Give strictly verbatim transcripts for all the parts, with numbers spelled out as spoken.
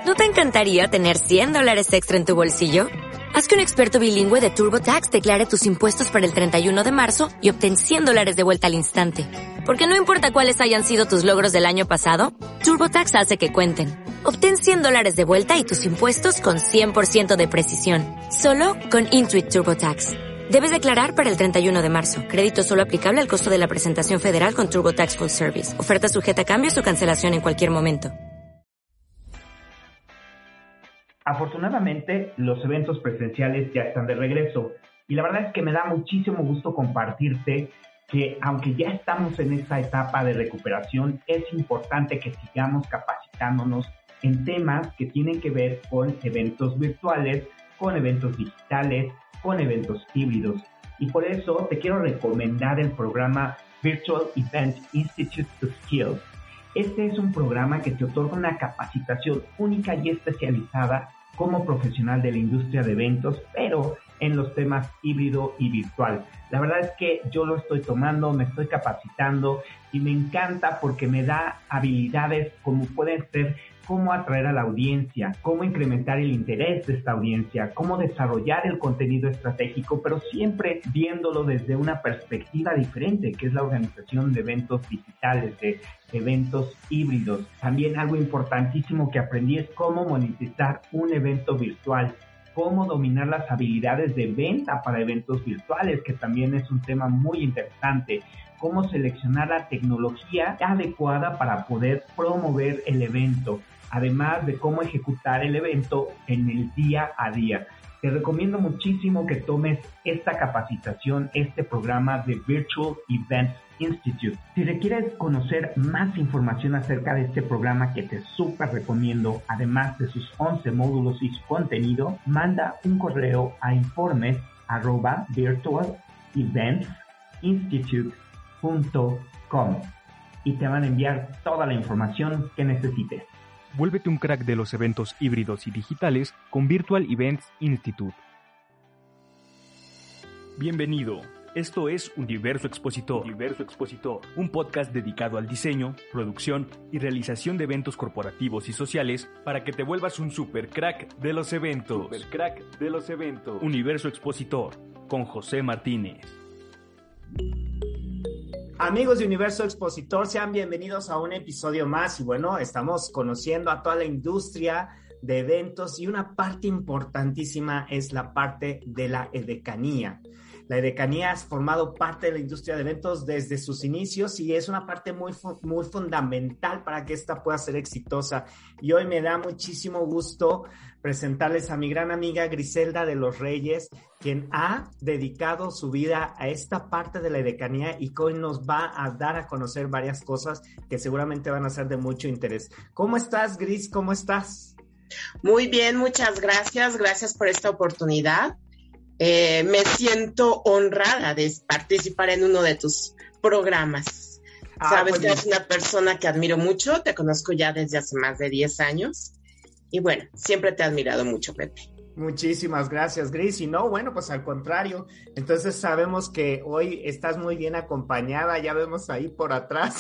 ¿No te encantaría tener cien dólares extra en tu bolsillo? Haz que un experto bilingüe de TurboTax declare tus impuestos para el treinta y uno de marzo y obtén cien dólares de vuelta al instante. Porque no importa cuáles hayan sido tus logros del año pasado, TurboTax hace que cuenten. Obtén cien dólares de vuelta y tus impuestos con cien por ciento de precisión. Solo con Intuit TurboTax. Debes declarar para el treinta y uno de marzo. Crédito solo aplicable al costo de la presentación federal con TurboTax Full Service. Oferta sujeta a cambios o cancelación en cualquier momento. Afortunadamente, los eventos presenciales ya están de regreso y la verdad es que me da muchísimo gusto compartirte que aunque ya estamos en esta etapa de recuperación, es importante que sigamos capacitándonos en temas que tienen que ver con eventos virtuales, con eventos digitales, con eventos híbridos. Y por eso te quiero recomendar el programa Virtual Event Institute to Skills. Este es un programa que te otorga una capacitación única y especializada como profesional de la industria de eventos, pero en los temas híbrido y virtual. La verdad es que yo lo estoy tomando, me estoy capacitando y me encanta porque me da habilidades como pueden ser cómo atraer a la audiencia, cómo incrementar el interés de esta audiencia, cómo desarrollar el contenido estratégico, pero siempre viéndolo desde una perspectiva diferente, que es la organización de eventos digitales, de eventos híbridos. También algo importantísimo que aprendí es cómo monetizar un evento virtual, cómo dominar las habilidades de venta para eventos virtuales, que también es un tema muy interesante, cómo seleccionar la tecnología adecuada para poder promover el evento, además de cómo ejecutar el evento en el día a día. Te recomiendo muchísimo que tomes esta capacitación, este programa de Virtual Event Institute. Si requieres conocer más información acerca de este programa que te súper recomiendo, además de sus once módulos y su contenido, manda un correo a informes arroba virtual events institute punto com y te van a enviar toda la información que necesites. Vuélvete un crack de los eventos híbridos y digitales con Virtual Events Institute. Bienvenido. Esto es Universo Expositor. Universo Expositor, un podcast dedicado al diseño, producción y realización de eventos corporativos y sociales para que te vuelvas un super crack de los eventos. Super crack de los eventos. Universo Expositor con José Martínez. Amigos de Universo Expositor, sean bienvenidos a un episodio más y bueno, estamos conociendo a toda la industria de eventos y una parte importantísima es la parte de la edecanía. La edecanía ha formado parte de la industria de eventos desde sus inicios y es una parte muy, muy fundamental para que esta pueda ser exitosa. Y hoy me da muchísimo gusto presentarles a mi gran amiga Griselda de los Reyes, quien ha dedicado su vida a esta parte de la edecanía y que hoy nos va a dar a conocer varias cosas que seguramente van a ser de mucho interés. ¿Cómo estás, Gris? ¿Cómo estás? Muy bien, muchas gracias. Gracias por esta oportunidad. Eh, me siento honrada de participar en uno de tus programas. Ah, Sabes pues que eres una persona que admiro mucho, te conozco ya desde hace más de diez años y bueno, siempre te he admirado mucho, Pepe. Muchísimas gracias, Gris. Y no, bueno, pues al contrario, entonces sabemos que hoy estás muy bien acompañada, ya vemos ahí por atrás.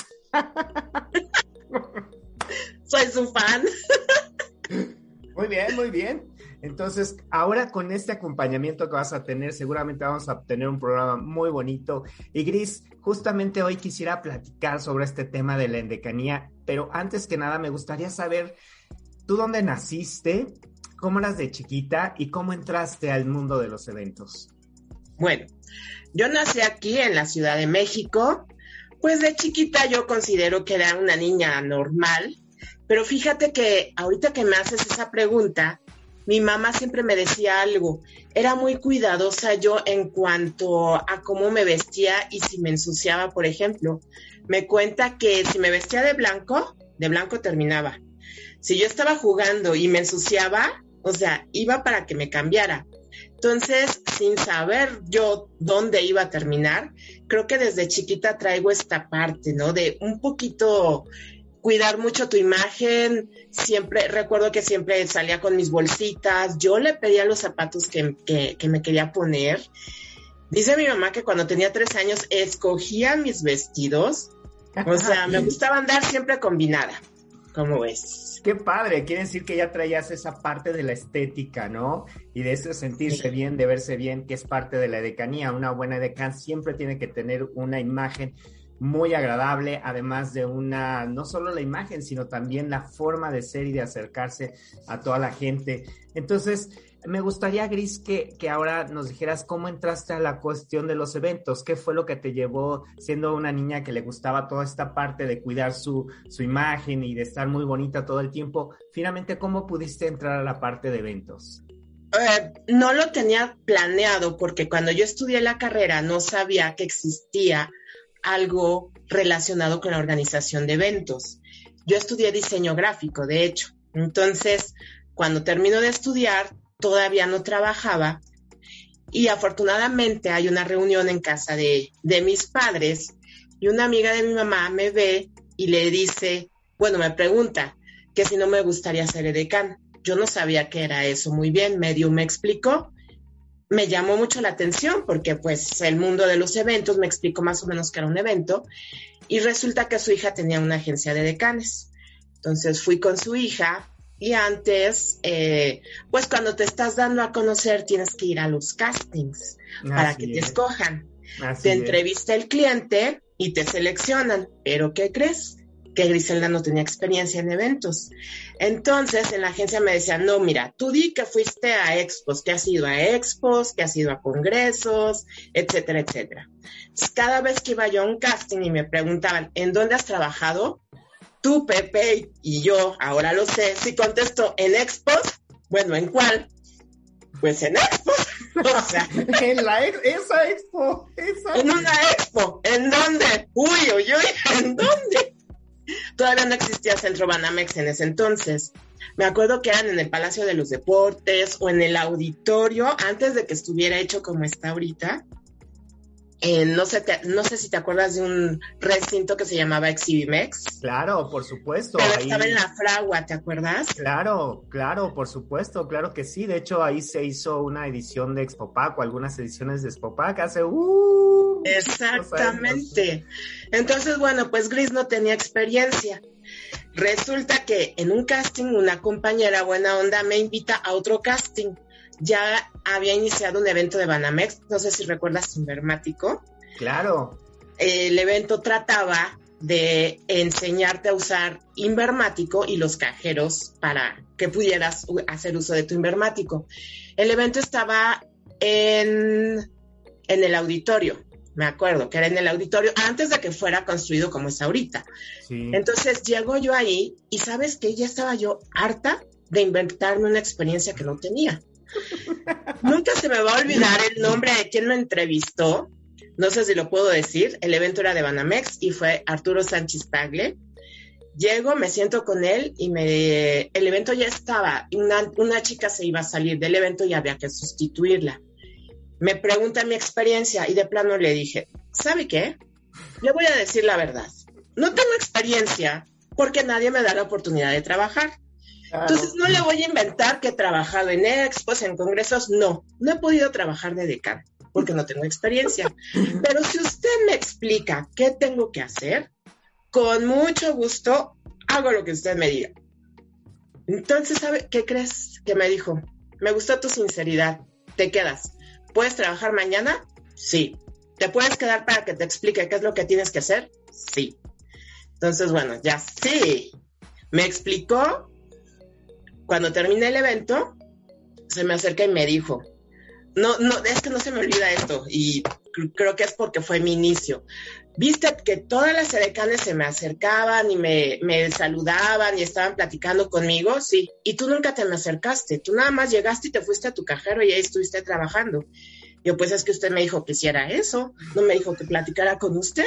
Soy su fan. Muy bien, muy bien. Entonces, ahora con este acompañamiento que vas a tener, seguramente vamos a tener un programa muy bonito. Y Gris, justamente hoy quisiera platicar sobre este tema de la edecanía, pero antes que nada me gustaría saber, ¿tú dónde naciste? ¿Cómo eras de chiquita? ¿Y cómo entraste al mundo de los eventos? Bueno, yo nací aquí en la Ciudad de México. Pues de chiquita yo considero que era una niña normal, pero fíjate que ahorita que me haces esa pregunta, mi mamá siempre me decía algo, era muy cuidadosa yo en cuanto a cómo me vestía y si me ensuciaba, por ejemplo. Me cuenta que si me vestía de blanco, de blanco terminaba. Si yo estaba jugando y me ensuciaba, o sea, iba para que me cambiara. Entonces, sin saber yo dónde iba a terminar, creo que desde chiquita traigo esta parte, ¿no? De un poquito cuidar mucho tu imagen. Siempre, recuerdo que siempre salía con mis bolsitas, yo le pedía los zapatos que, que, que me quería poner. Dice mi mamá que cuando tenía tres años escogía mis vestidos, o sea, me gustaba andar siempre combinada, ¿Cómo ves? Qué padre, quiere decir que ya traías esa parte de la estética, ¿no? Y de ese sentirse bien, de verse bien, que es parte de la edecanía. Una buena edecán siempre tiene que tener una imagen muy agradable, además de una, no solo la imagen, sino también la forma de ser y de acercarse a toda la gente. Entonces, me gustaría, Gris, que, que ahora nos dijeras cómo entraste a la cuestión de los eventos. ¿Qué fue lo que te llevó, siendo una niña que le gustaba toda esta parte de cuidar su, su imagen y de estar muy bonita todo el tiempo? Finalmente, ¿cómo pudiste entrar a la parte de eventos? Eh, no lo tenía planeado porque cuando yo estudié la carrera no sabía que existía algo relacionado con la organización de eventos. Yo estudié diseño gráfico, de hecho. Entonces, cuando termino de estudiar, todavía no trabajaba y afortunadamente hay una reunión en casa de, de mis padres y una amiga de mi mamá me ve y le dice, bueno, me pregunta que si no me gustaría ser edecán. Yo no sabía qué era eso muy bien, medio me explicó. Me llamó mucho la atención porque pues el mundo de los eventos me explicó más o menos que era un evento y resulta que su hija tenía una agencia de decanes. Entonces fui con su hija y antes, eh, pues cuando te estás dando a conocer tienes que ir a los castings Así para que es. te escojan. Así te es. entrevista el cliente y te seleccionan. ¿Pero qué crees? Que Griselda no tenía experiencia en eventos. Entonces, en la agencia me decían, no, mira, tú di que fuiste a expos, que has ido a expos, que has ido a congresos, etcétera, etcétera. Entonces, cada vez que iba yo a un casting y me preguntaban, ¿en dónde has trabajado? Tú, Pepe, y yo, ahora lo sé, si contesto, ¿en expos? Bueno, ¿en cuál? Pues en expos. O sea, en la ex, esa expo, esa. En una expo. ¿En dónde? Uy, uy, uy, ¿en dónde? Todavía no existía Centro Banamex en ese entonces. Me acuerdo que eran en el Palacio de los Deportes o en el auditorio, antes de que estuviera hecho como está ahorita. Eh, no sé, te, no sé si te acuerdas de un recinto que se llamaba Exhibimex. Claro, por supuesto. Pero ahí... estaba en la Fragua, ¿te acuerdas? Claro, claro, por supuesto, claro que sí. De hecho, ahí se hizo una edición de Expopac o algunas ediciones de Expopac hace... Uh, Exactamente. Entonces, bueno, pues Gris no tenía experiencia. Resulta que en un casting una compañera buena onda me invita a otro casting. Ya había iniciado un evento de Banamex, no sé si recuerdas Invermático. Claro. El evento trataba de enseñarte a usar Invermático y los cajeros para que pudieras hacer uso de tu Invermático. El evento estaba en, en el auditorio, me acuerdo que era en el auditorio antes de que fuera construido como es ahorita. Sí. Entonces llego yo ahí y ¿sabes qué? Ya estaba yo harta de inventarme una experiencia que no tenía. Nunca se me va a olvidar el nombre de quien me entrevistó. No sé si lo puedo decir. El evento era de Banamex y fue Arturo Sánchez Tagle. Llego, me siento con él y me, el evento ya estaba. Una, una chica se iba a salir del evento y había que sustituirla. Me pregunta mi experiencia y de plano le dije, ¿sabe qué? Le voy a decir la verdad. No tengo experiencia porque nadie me da la oportunidad de trabajar. Claro. Entonces no le voy a inventar que he trabajado en expos, en congresos, no, no he podido trabajar de decán porque no tengo experiencia, pero si usted me explica qué tengo que hacer, con mucho gusto hago lo que usted me diga. Entonces, ¿sabe qué crees? Que me dijo, me gustó tu sinceridad, te quedas, ¿puedes trabajar mañana? Sí. ¿Te puedes quedar para que te explique qué es lo que tienes que hacer? Sí. Entonces, bueno, ya sí, me explicó. Cuando terminé el evento, se me acerca y me dijo, no, no, es que no se me olvida esto, y creo que es porque fue mi inicio. ¿Viste que todas las edecanes se me acercaban y me, me saludaban y estaban platicando conmigo? Sí, y tú nunca te me acercaste, tú nada más llegaste y te fuiste a tu cajero y ahí estuviste trabajando. Yo, pues es que usted me dijo que hiciera eso, no me dijo que platicara con usted.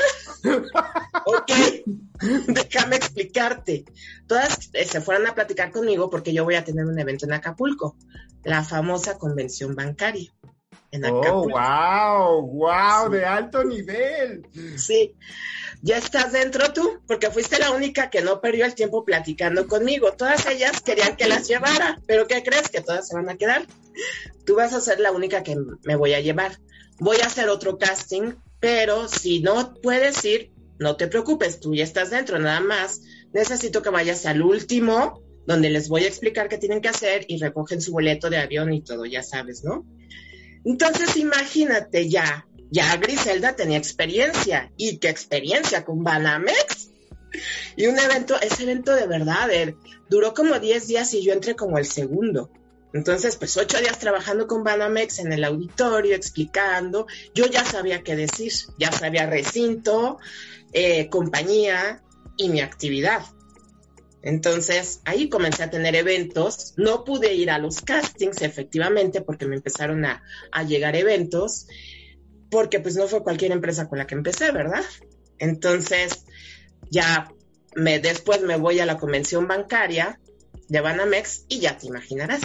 Ok, déjame explicarte. Todas eh, se fueron a platicar conmigo porque yo voy a tener un evento en Acapulco, la famosa convención bancaria. En Acapulco. ¡Oh, wow! ¡Wow! Sí. De alto nivel. Sí. ¿Ya estás dentro tú? Porque fuiste la única que no perdió el tiempo platicando conmigo. Todas ellas querían que las llevara, pero ¿qué crees? Que todas se van a quedar. Tú vas a ser la única que me voy a llevar. Voy a hacer otro casting, pero si no puedes ir, no te preocupes, tú ya estás dentro, nada más necesito que vayas al último, donde les voy a explicar qué tienen que hacer y recogen su boleto de avión y todo, ya sabes, ¿no? Entonces, imagínate, ya, ya Griselda tenía experiencia. ¿Y qué experiencia? Con Banamex. Y un evento, ese evento de verdad, eh, duró como diez días y yo entré como el segundo. Entonces, pues ocho días trabajando con Banamex en el auditorio, explicando. Yo ya sabía qué decir, ya sabía recinto, eh, compañía y mi actividad. Entonces, ahí comencé a tener eventos. No pude ir a los castings, efectivamente, porque me empezaron a, a llegar eventos, porque pues no fue cualquier empresa con la que empecé, ¿verdad? Entonces, ya me, después me voy a la convención bancaria de Banamex y ya te imaginarás.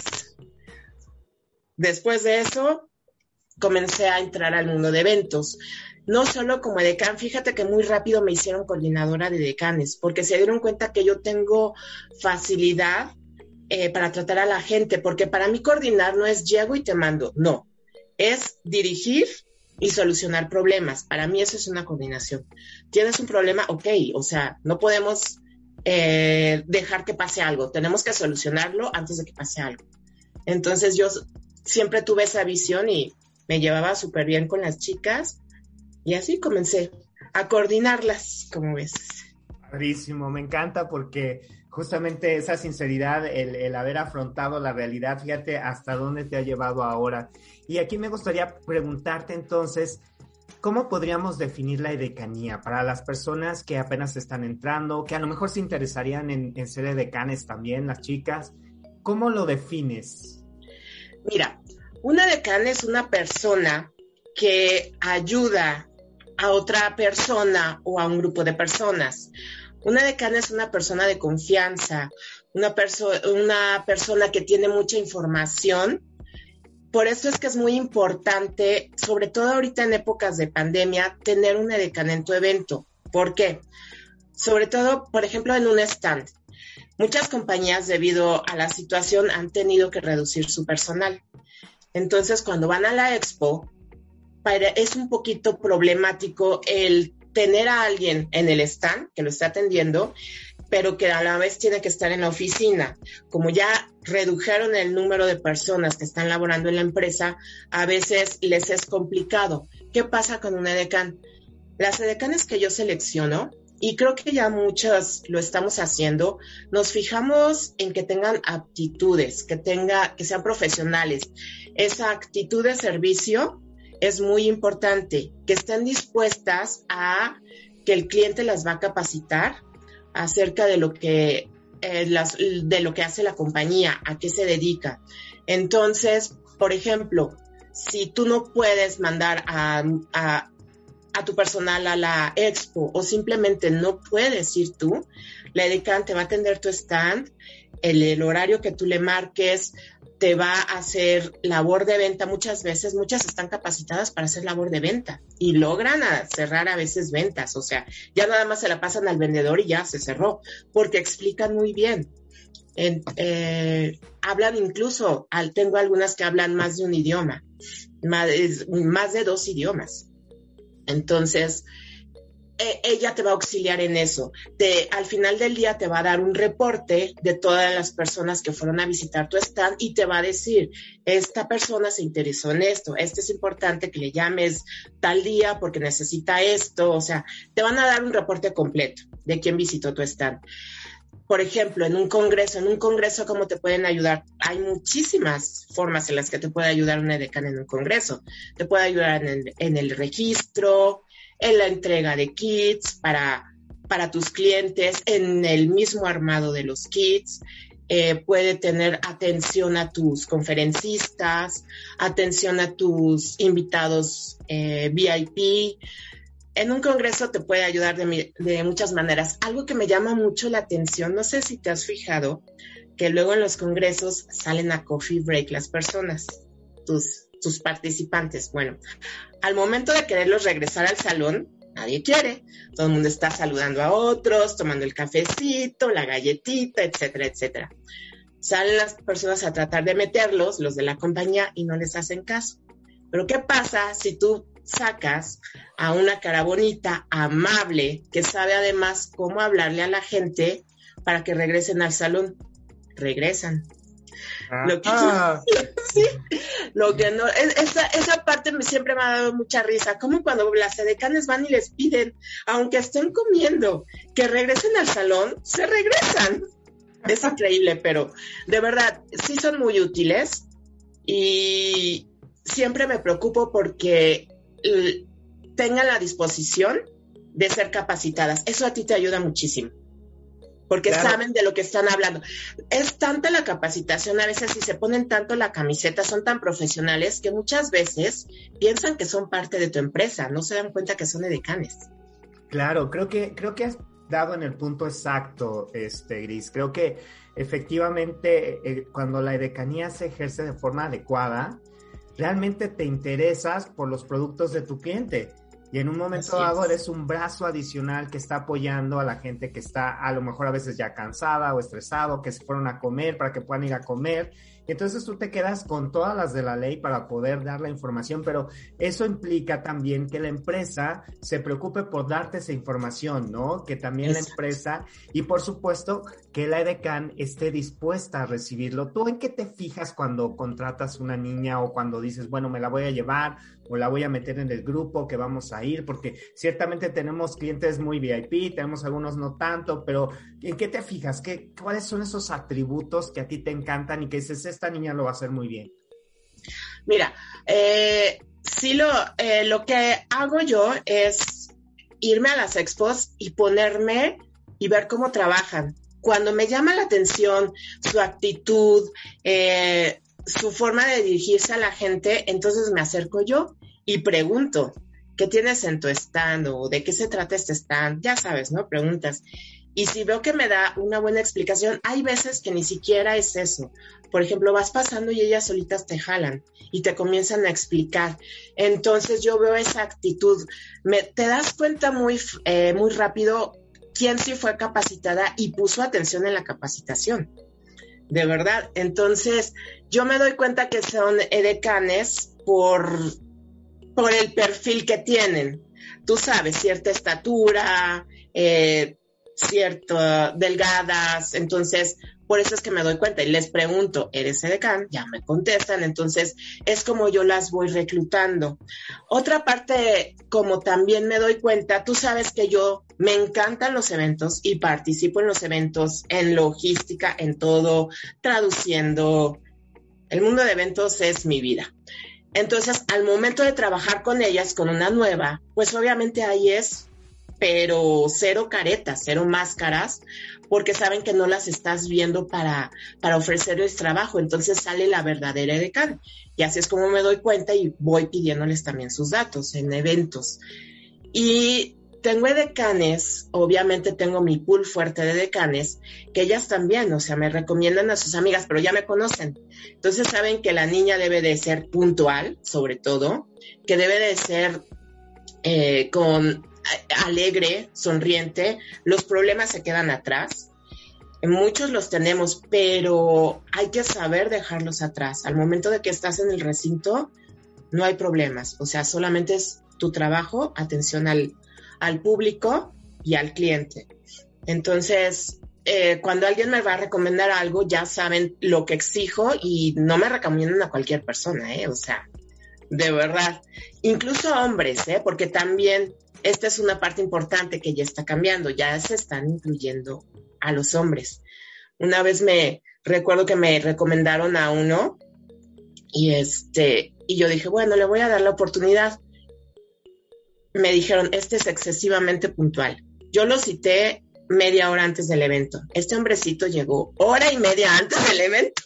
Después de eso, comencé a entrar al mundo de eventos. No solo como edecán, fíjate que muy rápido me hicieron coordinadora de decanes, porque se dieron cuenta que yo tengo facilidad eh, para tratar a la gente, porque para mí coordinar no es llego y te mando, no, es dirigir y solucionar problemas. Para mí eso es una coordinación. Tienes un problema, ok, o sea, no podemos eh, dejar que pase algo, tenemos que solucionarlo antes de que pase algo. Entonces yo siempre tuve esa visión y me llevaba súper bien con las chicas y así comencé a coordinarlas, como ves. Padrísimo, me encanta porque justamente esa sinceridad, el, el haber afrontado la realidad, fíjate hasta dónde te ha llevado ahora. Y aquí me gustaría preguntarte entonces, ¿cómo podríamos definir la edecanía para las personas que apenas están entrando, que a lo mejor se interesarían en, en ser edecanes también, las chicas? ¿Cómo lo defines? Mira, una edecán es una persona que ayuda a otra persona o a un grupo de personas. Una edecán es una persona de confianza, una, perso- una persona que tiene mucha información. Por eso es que es muy importante, sobre todo ahorita en épocas de pandemia, tener un edecán en tu evento. ¿Por qué? Sobre todo, por ejemplo, en un stand. Muchas compañías, debido a la situación, han tenido que reducir su personal. Entonces, cuando van a la expo, para, es un poquito problemático el tener a alguien en el stand que lo está atendiendo, pero que a la vez tiene que estar en la oficina. Como ya redujeron el número de personas que están laborando en la empresa, a veces les es complicado. ¿Qué pasa con un edecán? Las edecanes que yo selecciono, y creo que ya muchas lo estamos haciendo, nos fijamos en que tengan aptitudes, que, tenga, que sean profesionales. Esa actitud de servicio es muy importante, que estén dispuestas a que el cliente las va a capacitar acerca de lo que, eh, las, de lo que hace la compañía, a qué se dedica. Entonces, por ejemplo, si tú no puedes mandar a, a, a tu personal a la expo o simplemente no puedes ir tú, la edecán te va a atender tu stand, el, el horario que tú le marques, te va a hacer labor de venta. Muchas veces, muchas están capacitadas para hacer labor de venta y logran a cerrar a veces ventas. O sea, ya nada más se la pasan al vendedor y ya se cerró, porque explican muy bien. En, eh, hablan incluso, al, tengo algunas que hablan más de un idioma, más, más de dos idiomas. Entonces, eh, ella te va a auxiliar en eso. Te, al final del día te va a dar un reporte de todas las personas que fueron a visitar tu stand y te va a decir, esta persona se interesó en esto, este es importante que le llames tal día porque necesita esto. O sea, te van a dar un reporte completo de quién visitó tu stand. Por ejemplo, en un congreso, en un congreso, ¿cómo te pueden ayudar? Hay muchísimas formas en las que te puede ayudar una edecán en un congreso. Te puede ayudar en el, en el registro, en la entrega de kits para, para tus clientes, en el mismo armado de los kits. Eh, puede tener atención a tus conferencistas, atención a tus invitados eh, V I P. En un congreso te puede ayudar de, de muchas maneras. Algo que me llama mucho la atención, no sé si te has fijado, que luego en los congresos salen a coffee break las personas, tus, tus participantes. Bueno, al momento de quererlos regresar al salón, nadie quiere. Todo el mundo está saludando a otros, tomando el cafecito, la galletita, etcétera, etcétera. Salen las personas a tratar de meterlos, los de la compañía, y no les hacen caso. Pero ¿qué pasa si tú sacas a una cara bonita, amable, que sabe además cómo hablarle a la gente para que regresen al salón. Regresan. Ah. Lo que, sí, lo que no, es, esa, esa parte me, siempre me ha dado mucha risa, como cuando las edecanes van y les piden, aunque estén comiendo, que regresen al salón, se regresan. Es increíble, pero de verdad, sí son muy útiles y siempre me preocupo porque l- tengan la disposición de ser capacitadas. Eso a ti te ayuda muchísimo. Porque claro, saben de lo que están hablando. Es tanta la capacitación, a veces si se ponen tanto la camiseta, son tan profesionales que muchas veces piensan que son parte de tu empresa, no se dan cuenta que son edecanes. Claro, creo que, creo que has dado en el punto exacto, este, Gris. Creo que efectivamente eh, cuando la edecanía se ejerce de forma adecuada, realmente te interesas por los productos de tu cliente. Y en un momento dado eres un brazo adicional que está apoyando a la gente que está a lo mejor a veces ya cansada o estresado, que se fueron a comer para que puedan ir a comer. Y entonces tú te quedas con todas las de la ley para poder dar la información, pero eso implica también que la empresa se preocupe por darte esa información, ¿no? Que también Exacto. la empresa y por supuesto que la edecán esté dispuesta a recibirlo. ¿Tú en qué te fijas cuando contratas una niña o cuando dices, bueno, me la voy a llevar o la voy a meter en el grupo que vamos a ir? Porque ciertamente tenemos clientes muy V I P, tenemos algunos no tanto, pero ¿en qué te fijas? ¿Qué, ¿Cuáles son esos atributos que a ti te encantan y que dices, esta niña lo va a hacer muy bien? Mira, eh, sí lo, eh, lo que hago yo es irme a las expos y ponerme y ver cómo trabajan. Cuando me llama la atención su actitud, eh, su forma de dirigirse a la gente, entonces me acerco yo y pregunto, ¿qué tienes en tu stand? ¿O de qué se trata este stand? Ya sabes, ¿no? Preguntas. Y si veo que me da una buena explicación, hay veces que ni siquiera es eso. Por ejemplo, vas pasando y ellas solitas te jalan y te comienzan a explicar. Entonces yo veo esa actitud. Me, te das cuenta muy, eh, muy rápido quién sí fue capacitada y puso atención en la capacitación. De verdad. Entonces yo me doy cuenta que son edecanes por, por el perfil que tienen. Tú sabes, cierta estatura, eh, cierto, delgadas, entonces por eso es que me doy cuenta y les pregunto, ¿eres edecán? Ya me contestan, entonces es como yo las voy reclutando. Otra parte, como también me doy cuenta, tú sabes que yo me encantan los eventos y participo en los eventos, en logística, en todo, traduciendo. El mundo de eventos es mi vida. Entonces, al momento de trabajar con ellas, con una nueva, pues obviamente ahí es pero cero caretas, cero máscaras, porque saben que no las estás viendo para, para ofrecerles trabajo, entonces sale la verdadera edecán. Y así es como me doy cuenta y voy pidiéndoles también sus datos en eventos. Y tengo edecanes, obviamente tengo mi pool fuerte de edecanes, que ellas también, o sea, me recomiendan a sus amigas, pero ya me conocen. Entonces saben que la niña debe de ser puntual, sobre todo, que debe de ser eh, con... alegre, sonriente, los problemas se quedan atrás. Muchos los tenemos, pero hay que saber dejarlos atrás. Al momento de que estás en el recinto, no hay problemas. O sea, solamente es tu trabajo, atención al, al público y al cliente. Entonces, eh, cuando alguien me va a recomendar algo, ya saben lo que exijo y no me recomiendan a cualquier persona, ¿eh? O sea, de verdad. Incluso hombres, ¿eh? Porque también esta es una parte importante que ya está cambiando, ya se están incluyendo a los hombres. Una vez me recuerdo que me recomendaron a uno y este y yo dije, bueno, le voy a dar la oportunidad. Me dijeron, este es excesivamente puntual. Yo lo cité media hora antes del evento. Este hombrecito llegó hora y media antes del evento.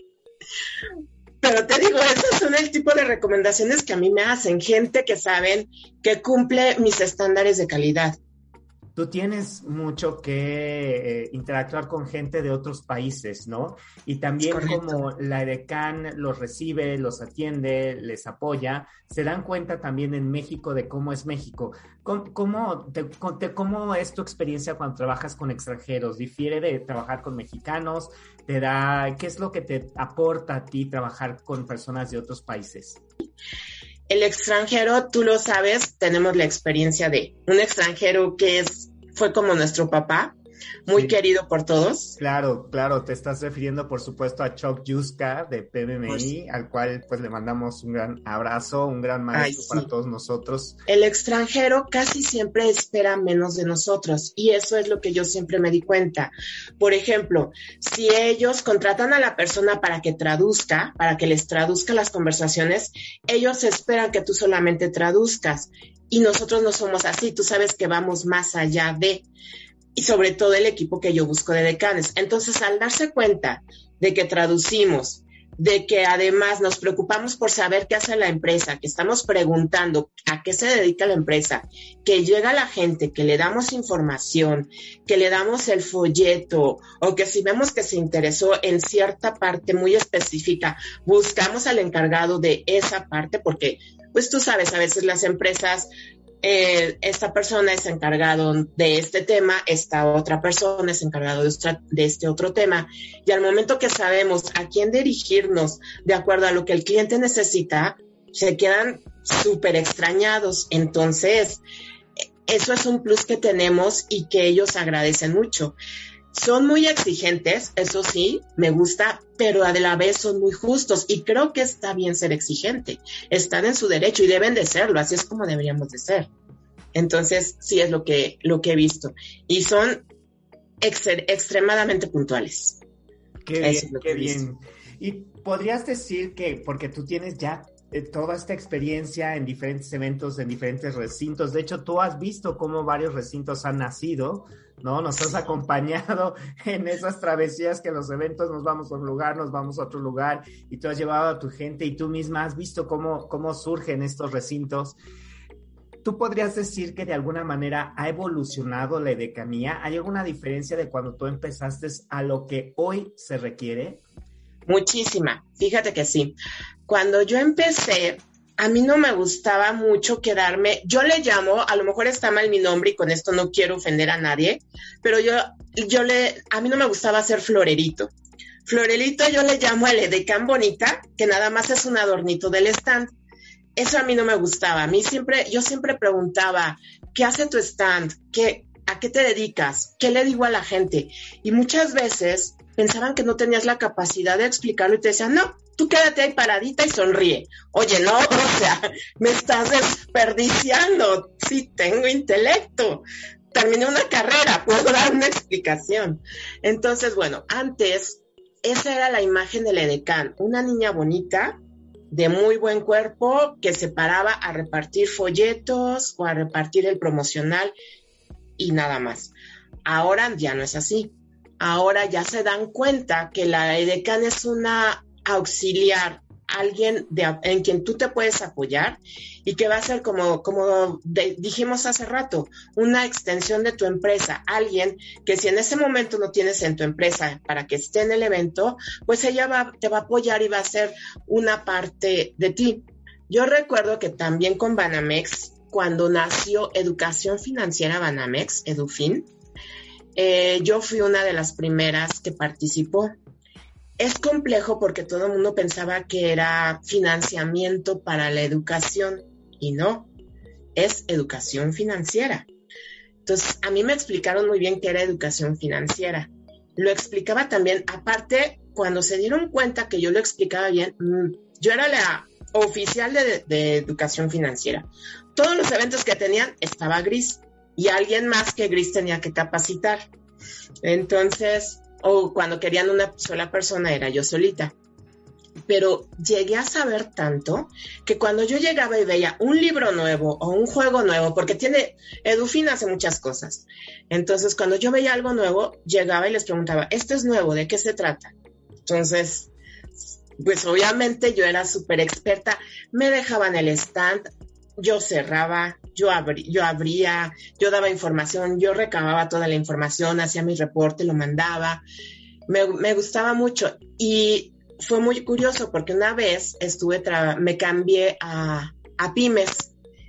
Pero te digo, esos son el tipo de recomendaciones que a mí me hacen, gente que saben que cumple mis estándares de calidad. Tú tienes mucho que eh, interactuar con gente de otros países, ¿no? Y también como la edecán los recibe, los atiende, les apoya, se dan cuenta también en México de cómo es México. ¿Cómo, cómo, te, te, cómo es tu experiencia cuando trabajas con extranjeros? ¿Difiere de trabajar con mexicanos? ¿Te da, qué es lo que te aporta a ti trabajar con personas de otros países? El extranjero, tú lo sabes, tenemos la experiencia de un extranjero que es, fue como nuestro papá. muy sí. querido por todos. Claro, claro, te estás refiriendo por supuesto a Chuck Yuska de P M M I, pues, al cual pues le mandamos un gran abrazo, un gran maestro Ay, sí. para todos nosotros. El extranjero casi siempre espera menos de nosotros y eso es lo que yo siempre me di cuenta. Por ejemplo, si ellos contratan a la persona para que traduzca, para que les traduzca las conversaciones, ellos esperan que tú solamente traduzcas y nosotros no somos así, tú sabes que vamos más allá de... y sobre todo el equipo que yo busco de decanes. Entonces, al darse cuenta de que traducimos, de que además nos preocupamos por saber qué hace la empresa, que estamos preguntando a qué se dedica la empresa, que llega la gente, que le damos información, que le damos el folleto, o que si vemos que se interesó en cierta parte muy específica, buscamos al encargado de esa parte, porque pues tú sabes, a veces las empresas... Eh, esta persona es encargado de este tema, esta otra persona es encargado de, otra, de este otro tema, y al momento que sabemos a quién dirigirnos de acuerdo a lo que el cliente necesita, se quedan súper extrañados. Entonces, eso es un plus que tenemos y que ellos agradecen mucho. Son muy exigentes, eso sí, me gusta, pero a la vez son muy justos y creo que está bien ser exigente. Están en su derecho y deben de serlo, así es como deberíamos de ser. Entonces, sí es lo que, lo que he visto. Y son ex- extremadamente puntuales. Qué bien, qué bien. Y podrías decir que, porque tú tienes ya eh, toda esta experiencia en diferentes eventos, en diferentes recintos, de hecho tú has visto cómo varios recintos han nacido, ¿no? Nos has acompañado en esas travesías que en los eventos nos vamos a un lugar, nos vamos a otro lugar, y tú has llevado a tu gente y tú misma has visto cómo, cómo surgen estos recintos. ¿Tú podrías decir que de alguna manera ha evolucionado la edecanía? ¿Hay alguna diferencia de cuando tú empezaste a lo que hoy se requiere? Muchísima, fíjate que sí. Cuando yo empecé, a mí no me gustaba mucho quedarme, yo le llamo, a lo mejor está mal mi nombre y con esto no quiero ofender a nadie, pero yo, yo le, a mí no me gustaba ser florerito. Florerito yo le llamo el edecán bonita, que nada más es un adornito del stand. Eso a mí no me gustaba. A mí siempre, yo siempre preguntaba, ¿qué hace tu stand? ¿Qué, ¿A qué te dedicas? ¿Qué le digo a la gente? Y muchas veces pensaban que no tenías la capacidad de explicarlo y te decían, no, tú quédate ahí paradita y sonríe. Oye, no, o sea, me estás desperdiciando. Sí, tengo intelecto. Terminé una carrera, puedo dar una explicación. Entonces, bueno, antes, esa era la imagen del edecán. Una niña bonita, de muy buen cuerpo, que se paraba a repartir folletos o a repartir el promocional y nada más. Ahora ya no es así. Ahora ya se dan cuenta que la edecán es una auxiliar, alguien de, en quien tú te puedes apoyar y que va a ser como, como de, dijimos hace rato, una extensión de tu empresa, alguien que si en ese momento no tienes en tu empresa para que esté en el evento, pues ella va, te va a apoyar y va a ser una parte de ti. Yo recuerdo que también con Banamex, cuando nació Educación Financiera Banamex, Edufin, eh, yo fui una de las primeras que participó. Es complejo porque todo el mundo pensaba que era financiamiento para la educación y no, es educación financiera. Entonces, a mí me explicaron muy bien qué era educación financiera. Lo explicaba también, aparte, cuando se dieron cuenta que yo lo explicaba bien, yo era la oficial de, de educación financiera. Todos los eventos que tenían estaba Gris y alguien más que Gris tenía que capacitar. Entonces, o cuando querían una sola persona era yo solita. Pero llegué a saber tanto que cuando yo llegaba y veía un libro nuevo o un juego nuevo, porque tiene, Edufin hace muchas cosas. Entonces, cuando yo veía algo nuevo, llegaba y les preguntaba, ¿esto es nuevo? ¿De qué se trata? Entonces, pues obviamente yo era súper experta. Me dejaban el stand, yo cerraba, yo, abrí, yo abría, yo daba información, yo recababa toda la información, hacía mi reporte, lo mandaba. Me, me gustaba mucho y fue muy curioso porque una vez estuve, tra- me cambié a, a Pymes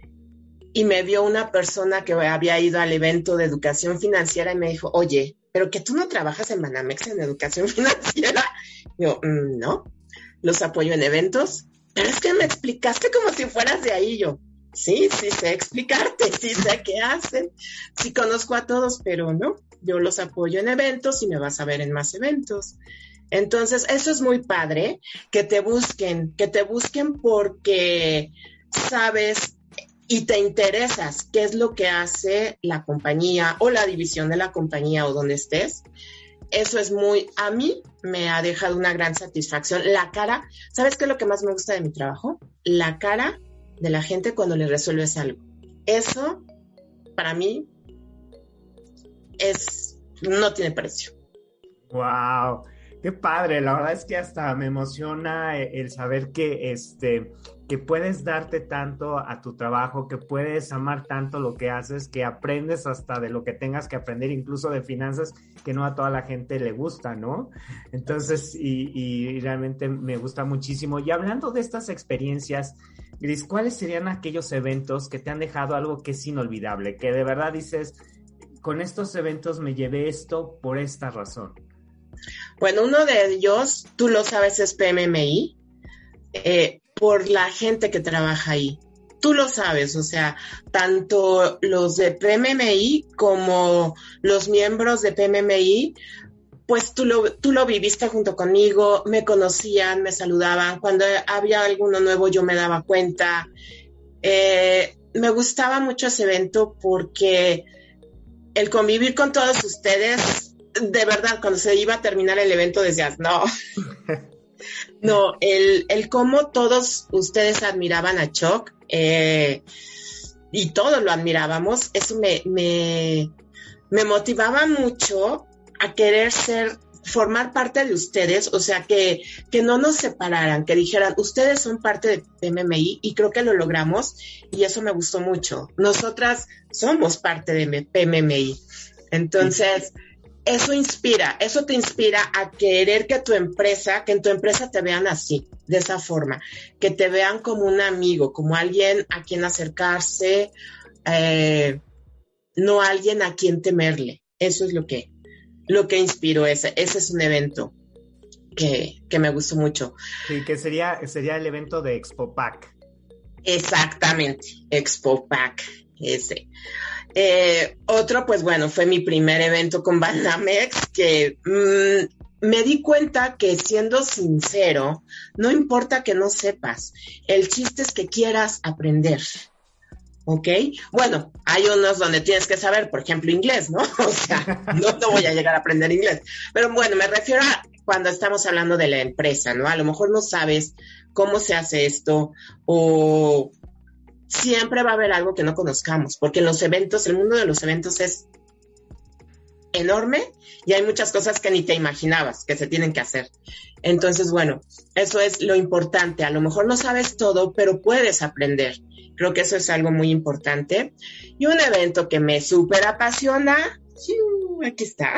y me vio una persona que había ido al evento de educación financiera y me dijo, oye, ¿pero que tú no trabajas en Banamex en educación financiera? Yo, mm, no, los apoyo en eventos, pero es que me explicaste como si fueras de ahí. Yo, sí, sí sé explicarte, sí sé qué hacen, sí conozco a todos, pero no, yo los apoyo en eventos y me vas a ver en más eventos. Entonces, eso es muy padre, que te busquen, que te busquen porque sabes y te interesas qué es lo que hace la compañía o la división de la compañía o donde estés. Eso es muy, a mí me ha dejado una gran satisfacción. La cara, ¿sabes qué es lo que más me gusta de mi trabajo? La cara de la gente cuando le resuelves algo. Eso, para mí, es, no tiene precio. ¡Wow! ¡Qué padre! La verdad es que hasta me emociona el saber que, este, que puedes darte tanto a tu trabajo, que puedes amar tanto lo que haces, que aprendes hasta de lo que tengas que aprender, incluso de finanzas, que no a toda la gente le gusta, ¿no? Entonces, y, y realmente me gusta muchísimo. Y hablando de estas experiencias, Gris, ¿cuáles serían aquellos eventos que te han dejado algo que es inolvidable? Que de verdad dices, con estos eventos me llevé esto por esta razón. Bueno, uno de ellos, tú lo sabes, es P M M I, eh, por la gente que trabaja ahí. Tú lo sabes, o sea, tanto los de P M M I como los miembros de P M M I, pues tú lo, tú lo viviste junto conmigo, me conocían, me saludaban. Cuando había alguno nuevo yo me daba cuenta. Eh, me gustaba mucho ese evento porque el convivir con todos ustedes, de verdad, cuando se iba a terminar el evento decías, no, no, el, el cómo todos ustedes admiraban a Chuck, eh, y todos lo admirábamos, eso me, me, me motivaba mucho a querer ser, formar parte de ustedes, o sea, que, que no nos separaran, que dijeran, ustedes son parte de P M M I, y creo que lo logramos, y eso me gustó mucho. Nosotras somos parte de P M M I. Entonces, eso inspira, eso te inspira a querer que tu empresa, que en tu empresa te vean así, de esa forma, que te vean como un amigo, como alguien a quien acercarse, eh, no alguien a quien temerle. Eso es lo que, lo que inspiró ese, ese es un evento que, que me gustó mucho. Sí, que sería, sería el evento de Expopack. Exactamente, Expopack, ese. Eh, otro, pues bueno, fue mi primer evento con Banamex, que mmm, me di cuenta que, siendo sincero, no importa que no sepas, el chiste es que quieras aprender, ¿ok? Bueno, hay unos donde tienes que saber, por ejemplo, inglés, ¿no? O sea, no te voy a llegar a aprender inglés, pero bueno, me refiero a cuando estamos hablando de la empresa, ¿no? A lo mejor no sabes cómo se hace esto, o siempre va a haber algo que no conozcamos, porque en los eventos, el mundo de los eventos es enorme y hay muchas cosas que ni te imaginabas que se tienen que hacer. Entonces, bueno, eso es lo importante. A lo mejor no sabes todo, pero puedes aprender. Creo que eso es algo muy importante. Y un evento que me súper apasiona, aquí está.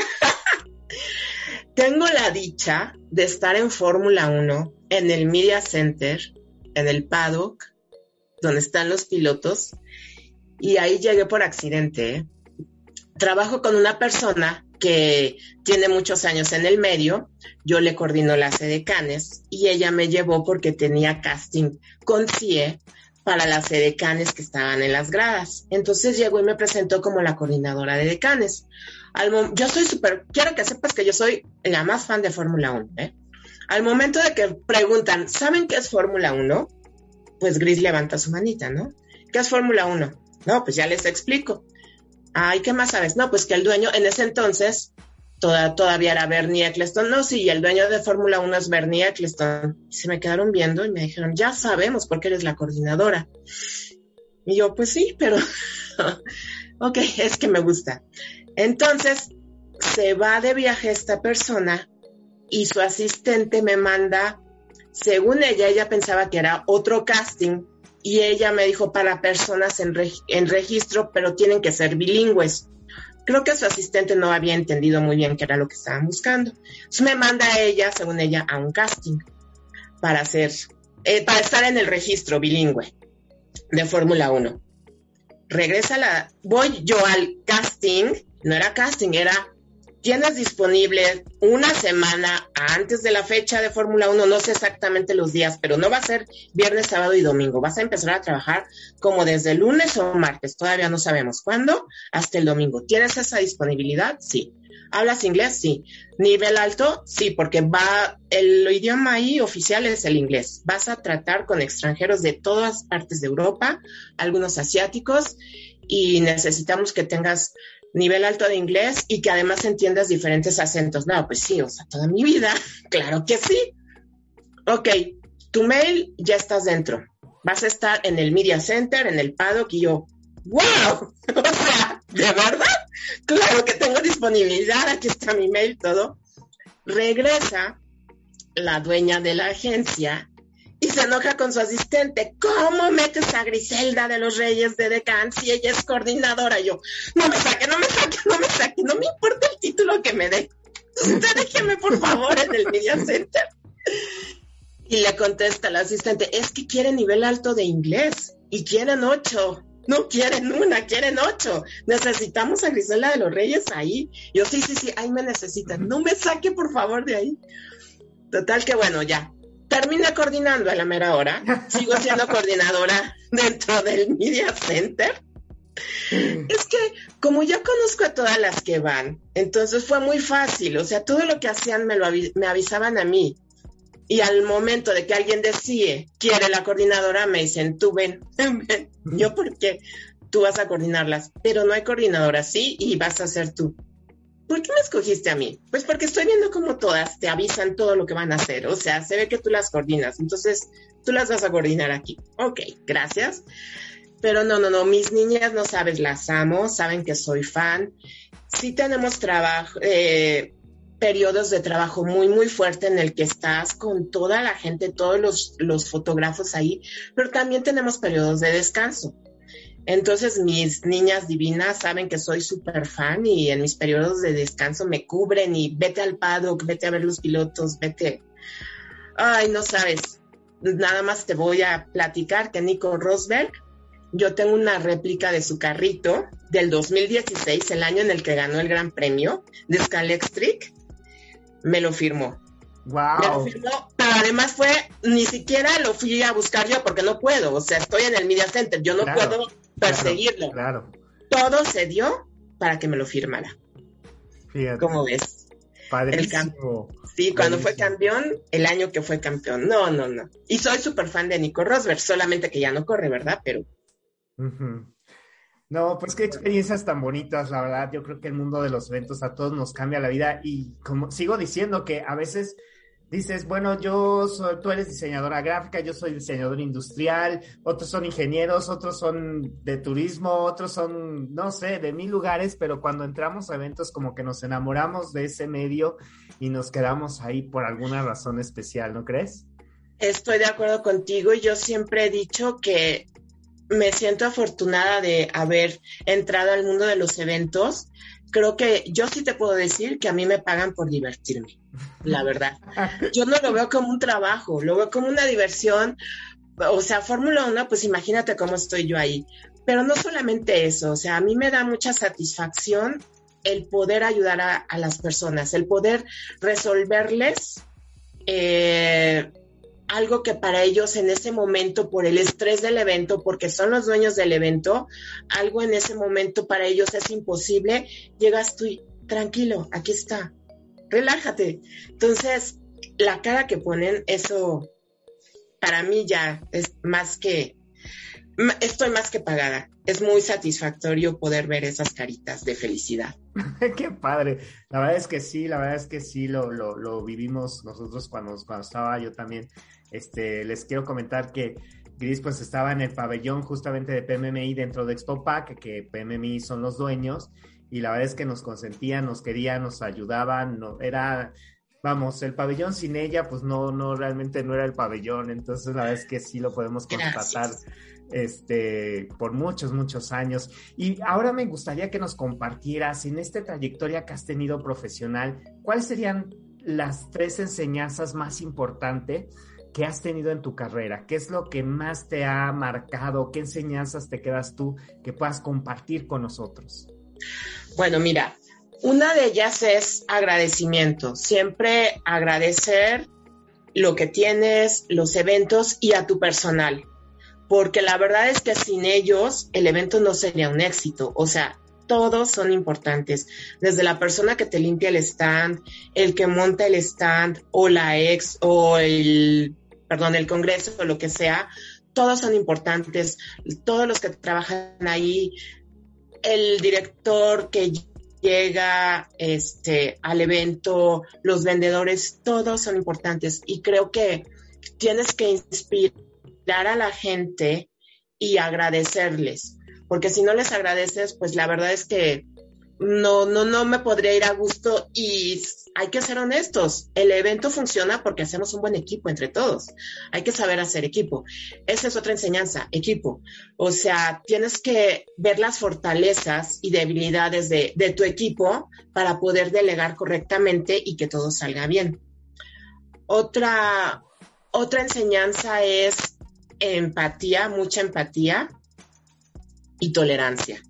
Tengo la dicha de estar en Fórmula uno, en el Media Center, en el paddock, donde están los pilotos, y ahí llegué por accidente, ¿eh? Trabajo con una persona que tiene muchos años en el medio, yo le coordino las edecanes, y ella me llevó porque tenía casting con C I E para las edecanes que estaban en las gradas. Entonces llegó y me presentó como la coordinadora de edecanes. Al mo- yo soy súper, quiero que sepas que yo soy la más fan de Fórmula uno, ¿eh? Al momento de que preguntan, ¿saben qué es Fórmula uno? Pues Gris levanta su manita, ¿no? ¿Qué es Fórmula uno? No, pues ya les explico. Ay, ¿qué más sabes? No, pues que el dueño, en ese entonces, toda, todavía era Bernie Eccleston. No, sí, el dueño de Fórmula uno es Bernie Eccleston. Se me quedaron viendo y me dijeron, ya sabemos por qué eres la coordinadora. Y yo, pues sí, pero ok, es que me gusta. Entonces, se va de viaje esta persona y su asistente me manda, según ella, ella pensaba que era otro casting, y ella me dijo para personas en, reg- en registro, pero tienen que ser bilingües. Creo que su asistente no había entendido muy bien qué era lo que estaban buscando. Entonces me manda a ella, según ella, a un casting para hacer, eh, para estar en el registro bilingüe de Fórmula uno. Regresa la, voy yo al casting, no era casting, era, tienes disponible una semana antes de la fecha de Fórmula uno, no sé exactamente los días, pero no va a ser viernes, sábado y domingo, vas a empezar a trabajar como desde lunes o martes, todavía no sabemos cuándo, hasta el domingo. ¿Tienes esa disponibilidad? Sí. ¿Hablas inglés? Sí. ¿Nivel alto? Sí, porque va, el idioma ahí oficial es el inglés. Vas a tratar con extranjeros de todas partes de Europa, algunos asiáticos, y necesitamos que tengas nivel alto de inglés y que además entiendas diferentes acentos. No, pues sí, o sea, toda mi vida, claro que sí. Ok, tu mail, ya estás dentro. Vas a estar en el Media Center, en el paddock, y yo, ¡wow! O sea, ¿de verdad? Claro que tengo disponibilidad, aquí está mi mail, todo. Regresa la dueña de la agencia y se enoja con su asistente. ¿Cómo metes a Griselda de los Reyes de Decán si ella es coordinadora? Yo, no me saque, no me saque, no me saque, no me importa el título que me dé. Usted déjeme, por favor, en el Media Center. Y le contesta la asistente, es que quiere nivel alto de inglés y quieren ocho. No quieren una, quieren ocho. Necesitamos a Griselda de los Reyes ahí. Yo, sí, sí, sí, ahí me necesitan. No me saque, por favor, de ahí. Total que bueno, ya. Terminé coordinando a la mera hora. Sigo siendo coordinadora dentro del Media Center. Es que como ya conozco a todas las que van, entonces fue muy fácil. O sea, todo lo que hacían me lo avis- me avisaban a mí. Y al momento de que alguien decide, quiere la coordinadora, me dicen, tú ven, ven. Yo, ¿por qué? Tú vas a coordinarlas, pero no hay coordinadora, sí, y vas a ser tú. ¿Por qué me escogiste a mí? Pues porque estoy viendo cómo todas te avisan todo lo que van a hacer, o sea, se ve que tú las coordinas, entonces tú las vas a coordinar aquí. Ok, gracias. Pero no, no, no, mis niñas, no sabes, las amo, saben que soy fan. Sí tenemos trabajo, eh, periodos de trabajo muy, muy fuerte en el que estás con toda la gente, todos los, los fotógrafos ahí, pero también tenemos periodos de descanso. Entonces, mis niñas divinas saben que soy súper fan y en mis periodos de descanso me cubren y vete al paddock, vete a ver los pilotos, vete. Ay, no sabes, nada más te voy a platicar que Nico Rosberg, yo tengo una réplica de su carrito del dos mil dieciséis, el año en el que ganó el Gran Premio de Scalextric. Me lo firmó. Wow. Me lo firmó, pero además fue, ni siquiera lo fui a buscar yo porque no puedo, o sea, estoy en el Media Center, yo no claro, puedo perseguirlo. Claro, claro. Todo se dio para que me lo firmara. Fíjate. ¿Cómo ves? Padrísimo. Sí, cuando fue campeón, el año que fue campeón. No, no, no. Y soy súper fan de Nico Rosberg, solamente que ya no corre, ¿verdad? Pero... Uh-huh. No, pues qué experiencias tan bonitas, la verdad. Yo creo que el mundo de los eventos a todos nos cambia la vida y como sigo diciendo que a veces dices, bueno, yo soy, tú eres diseñadora gráfica, yo soy diseñador industrial, otros son ingenieros, otros son de turismo, otros son, no sé, de mil lugares, pero cuando entramos a eventos como que nos enamoramos de ese medio y nos quedamos ahí por alguna razón especial, ¿no crees? Estoy de acuerdo contigo y yo siempre he dicho que me siento afortunada de haber entrado al mundo de los eventos. Creo que yo sí te puedo decir que a mí me pagan por divertirme, la verdad. Yo no lo veo como un trabajo, lo veo como una diversión. O sea, Fórmula uno, pues imagínate cómo estoy yo ahí. Pero no solamente eso, o sea, a mí me da mucha satisfacción el poder ayudar a, a las personas, el poder resolverles eh, algo que para ellos en ese momento, por el estrés del evento, porque son los dueños del evento, algo en ese momento para ellos es imposible, llegas tú y tranquilo, aquí está, relájate. Entonces, la cara que ponen, eso para mí ya es más que, estoy más que pagada. Es muy satisfactorio poder ver esas caritas de felicidad. Qué padre. La verdad es que sí, la verdad es que sí, lo, lo, lo vivimos nosotros cuando, cuando estaba yo también. Este, les quiero comentar que Gris pues estaba en el pabellón justamente de P M M I dentro de Expopac, que P M M I son los dueños, y la verdad es que nos consentían, nos querían, nos ayudaban, no, era, vamos, el pabellón sin ella pues no, no, realmente no era el pabellón, entonces la verdad es que sí lo podemos constatar. Gracias. Este, por muchos, muchos años. Y ahora me gustaría que nos compartieras en esta trayectoria que has tenido profesional, ¿cuáles serían las tres enseñanzas más importantes que has tenido en tu carrera? ¿Qué es lo que más te ha marcado? ¿Qué enseñanzas te quedas tú que puedas compartir con nosotros? Bueno, mira, una de ellas es agradecimiento. Siempre agradecer lo que tienes, los eventos y a tu personal. Porque la verdad es que sin ellos el evento no sería un éxito. O sea, todos son importantes, desde la persona que te limpia el stand, el que monta el stand, o la ex, o el, perdón, el congreso, o lo que sea, todos son importantes, todos los que trabajan ahí, el director que llega este, al evento, los vendedores, todos son importantes, y creo que tienes que inspirar a la gente y agradecerles, porque si no les agradeces, pues la verdad es que no, no, no me podría ir a gusto, y hay que ser honestos, el evento funciona porque hacemos un buen equipo entre todos, hay que saber hacer equipo, esa es otra enseñanza, equipo, o sea, tienes que ver las fortalezas y debilidades de, de tu equipo para poder delegar correctamente y que todo salga bien. Otra, otra enseñanza es empatía, mucha empatía y tolerancia.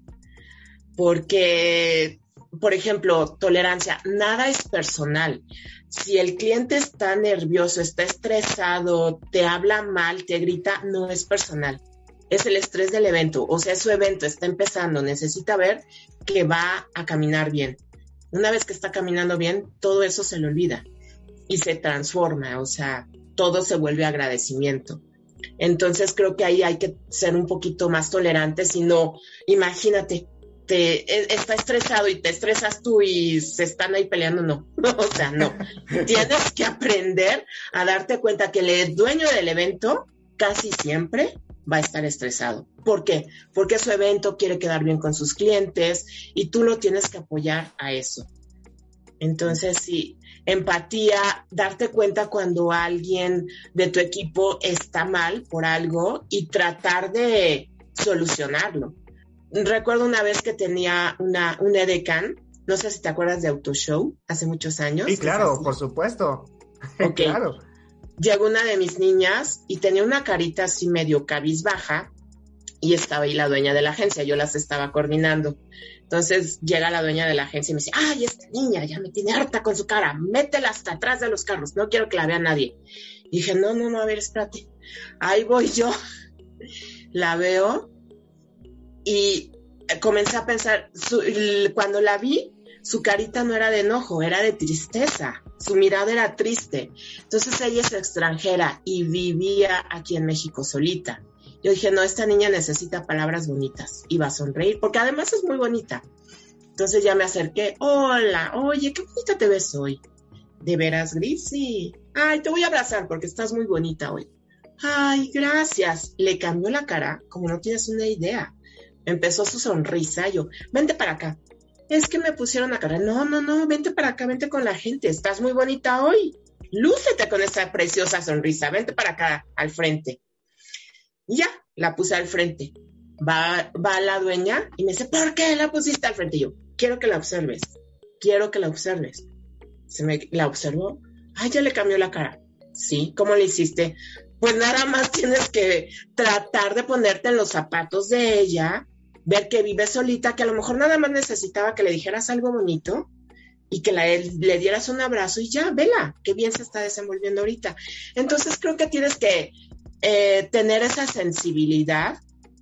Porque, por ejemplo, tolerancia, nada es personal. Si el cliente está nervioso, está estresado, te habla mal, te grita, no es personal. Es el estrés del evento, o sea, su evento está empezando, necesita ver que va a caminar bien. Una vez que está caminando bien, todo eso se le olvida y se transforma, o sea, todo se vuelve agradecimiento. Entonces creo que ahí hay que ser un poquito más tolerantes y no, imagínate, te, está estresado y te estresas tú y se están ahí peleando, no, o sea, no. Tienes que aprender a darte cuenta que el dueño del evento casi siempre va a estar estresado. ¿Por qué? Porque su evento quiere quedar bien con sus clientes y tú lo tienes que apoyar a eso. Entonces, sí, empatía, darte cuenta cuando alguien de tu equipo está mal por algo y tratar de solucionarlo. Recuerdo una vez que tenía una, una edecán, no sé si te acuerdas de Autoshow, hace muchos años. Sí, claro, por supuesto. Ok. Claro. Llegó una de mis niñas y tenía una carita así medio cabizbaja y estaba ahí la dueña de la agencia, yo las estaba coordinando. Entonces llega la dueña de la agencia y me dice, ay, esta niña ya me tiene harta con su cara, métela hasta atrás de los carros, no quiero que la vea nadie. Y dije, no, no, no, a ver, espérate. Ahí voy yo, la veo y comencé a pensar, su, cuando la vi, su carita no era de enojo, era de tristeza, su mirada era triste. Entonces ella es extranjera y vivía aquí en México solita. Yo dije, no, esta niña necesita palabras bonitas y va a sonreír, porque además es muy bonita. Entonces ya me acerqué, hola, oye, qué bonita te ves hoy. ¿De veras, Gris? Sí. Ay, te voy a abrazar porque estás muy bonita hoy. Ay, gracias. Le cambió la cara, como no tienes una idea. Empezó su sonrisa, yo, vente para acá. Es que me pusieron a cara. No, no, no, vente para acá, vente con la gente. Estás muy bonita hoy. Lúcete con esa preciosa sonrisa. Vente para acá, al frente. Y ya, la puse al frente. Va, va la dueña y me dice, ¿por qué la pusiste al frente? Y yo, quiero que la observes. Quiero que la observes. Se me, la observó. Ay, ya le cambió la cara. Sí, ¿cómo le hiciste? Pues nada más tienes que tratar de ponerte en los zapatos de ella, ver que vive solita, que a lo mejor nada más necesitaba que le dijeras algo bonito y que la, le dieras un abrazo y ya, vela, qué bien se está desenvolviendo ahorita. Entonces creo que tienes que eh, tener esa sensibilidad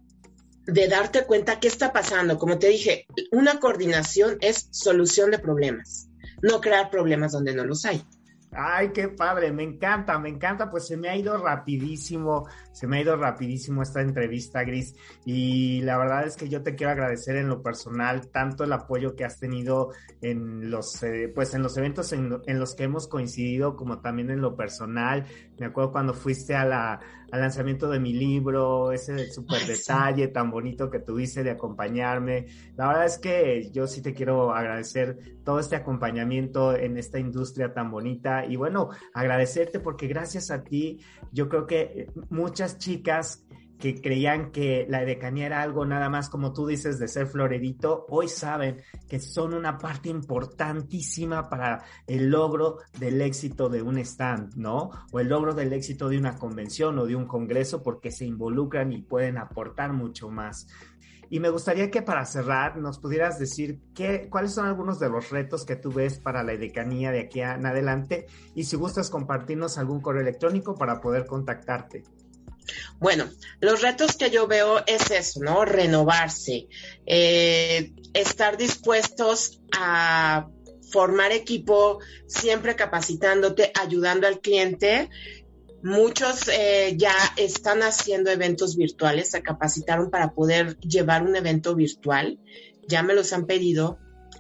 de darte cuenta qué está pasando. Como te dije, una coordinación es solución de problemas, no crear problemas donde no los hay. Ay, qué padre, me encanta, me encanta, pues se me ha ido rapidísimo, se me ha ido rapidísimo esta entrevista, Gris, y la verdad es que yo te quiero agradecer en lo personal tanto el apoyo que has tenido en los, eh, pues en los eventos en, en los que hemos coincidido, como también en lo personal. Me acuerdo cuando fuiste a la, al lanzamiento de mi libro, ese súper detalle tan bonito que tuviste de acompañarme. La verdad es que yo sí te quiero agradecer todo este acompañamiento en esta industria tan bonita. Y bueno, agradecerte porque gracias a ti, yo creo que muchas chicas que creían que la edecanía era algo nada más, como tú dices, de ser florerito, hoy saben que son una parte importantísima para el logro del éxito de un stand, ¿no? O el logro del éxito de una convención o de un congreso, porque se involucran y pueden aportar mucho más. Y me gustaría que para cerrar nos pudieras decir qué, cuáles son algunos de los retos que tú ves para la edecanía de aquí en adelante, y si gustas compartirnos algún correo electrónico para poder contactarte. Bueno, los retos que yo veo es eso, ¿no? Renovarse, eh, estar dispuestos a formar equipo, siempre capacitándote, ayudando al cliente. Muchos eh, ya están haciendo eventos virtuales, se capacitaron para poder llevar un evento virtual, ya me los han pedido.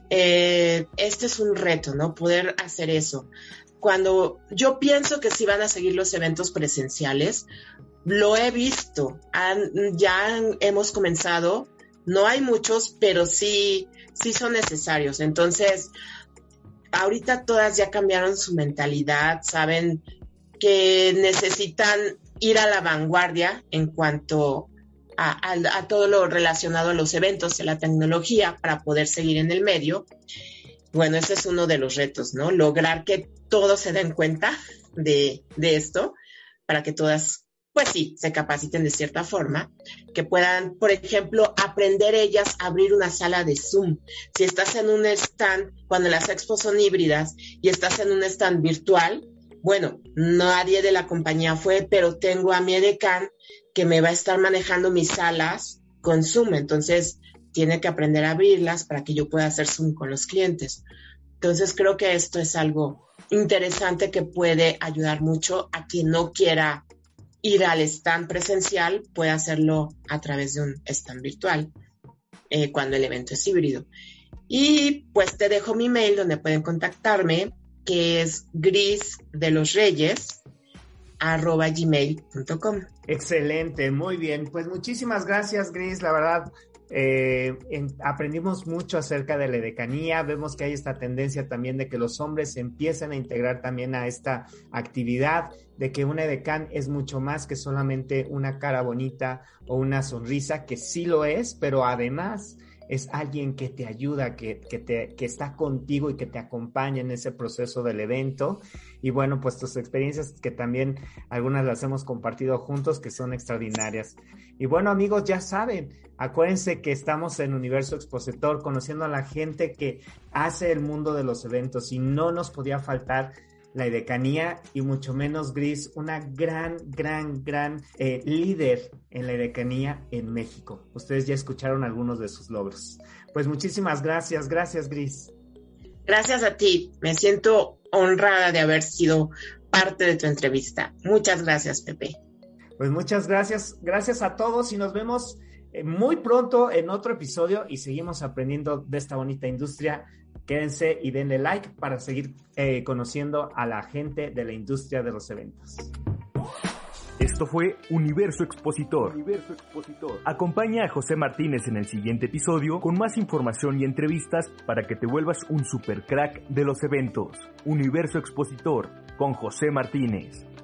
Eh, este es un reto, ¿no? Poder hacer eso. Cuando yo pienso que sí van a seguir los eventos presenciales, lo he visto, han, ya han, hemos comenzado, no hay muchos, pero sí, sí son necesarios. Entonces, ahorita todas ya cambiaron su mentalidad, saben que necesitan ir a la vanguardia en cuanto a, a, a todo lo relacionado a los eventos, a la tecnología, para poder seguir en el medio. Bueno, ese es uno de los retos, ¿no? Lograr que todos se den cuenta de, de esto, para que todas, pues sí, se capaciten de cierta forma, que puedan, por ejemplo, aprender ellas a abrir una sala de Zoom. Si estás en un stand, cuando las expos son híbridas y estás en un stand virtual, bueno, nadie de la compañía fue, pero tengo a mi edecán que me va a estar manejando mis salas con Zoom, entonces tiene que aprender a abrirlas para que yo pueda hacer Zoom con los clientes. Entonces creo que esto es algo interesante que puede ayudar mucho a quien no quiera ir al stand presencial, puede hacerlo a través de un stand virtual eh, cuando el evento es híbrido. Y pues te dejo mi mail donde pueden contactarme, que es grisdelosreyes arroba gmail punto com. Excelente, muy bien. Pues muchísimas gracias, Gris. La verdad, eh, en, aprendimos mucho acerca de la edecanía. Vemos que hay esta tendencia también de que los hombres se empiezan a integrar también a esta actividad, de que un edecán es mucho más que solamente una cara bonita o una sonrisa, que sí lo es, pero además es alguien que te ayuda, que, que, te, que está contigo y que te acompaña en ese proceso del evento. Y bueno, pues tus experiencias, que también algunas las hemos compartido juntos, que son extraordinarias. Y bueno, amigos, ya saben, acuérdense que estamos en Universo Expositor, conociendo a la gente que hace el mundo de los eventos, y no nos podía faltar la edecanía, y mucho menos Gris, una gran, gran, gran eh, líder en la edecanía en México. Ustedes ya escucharon algunos de sus logros. Pues muchísimas gracias, gracias Gris. Gracias a ti, me siento honrada de haber sido parte de tu entrevista. Muchas gracias, Pepe. Pues muchas gracias, gracias a todos, y nos vemos eh, muy pronto en otro episodio, y seguimos aprendiendo de esta bonita industria. Quédense y denle like para seguir eh, conociendo a la gente de la industria de los eventos. Esto fue Universo Expositor. Universo Expositor. Acompaña a José Martínez en el siguiente episodio con más información y entrevistas para que te vuelvas un super crack de los eventos. Universo Expositor con José Martínez.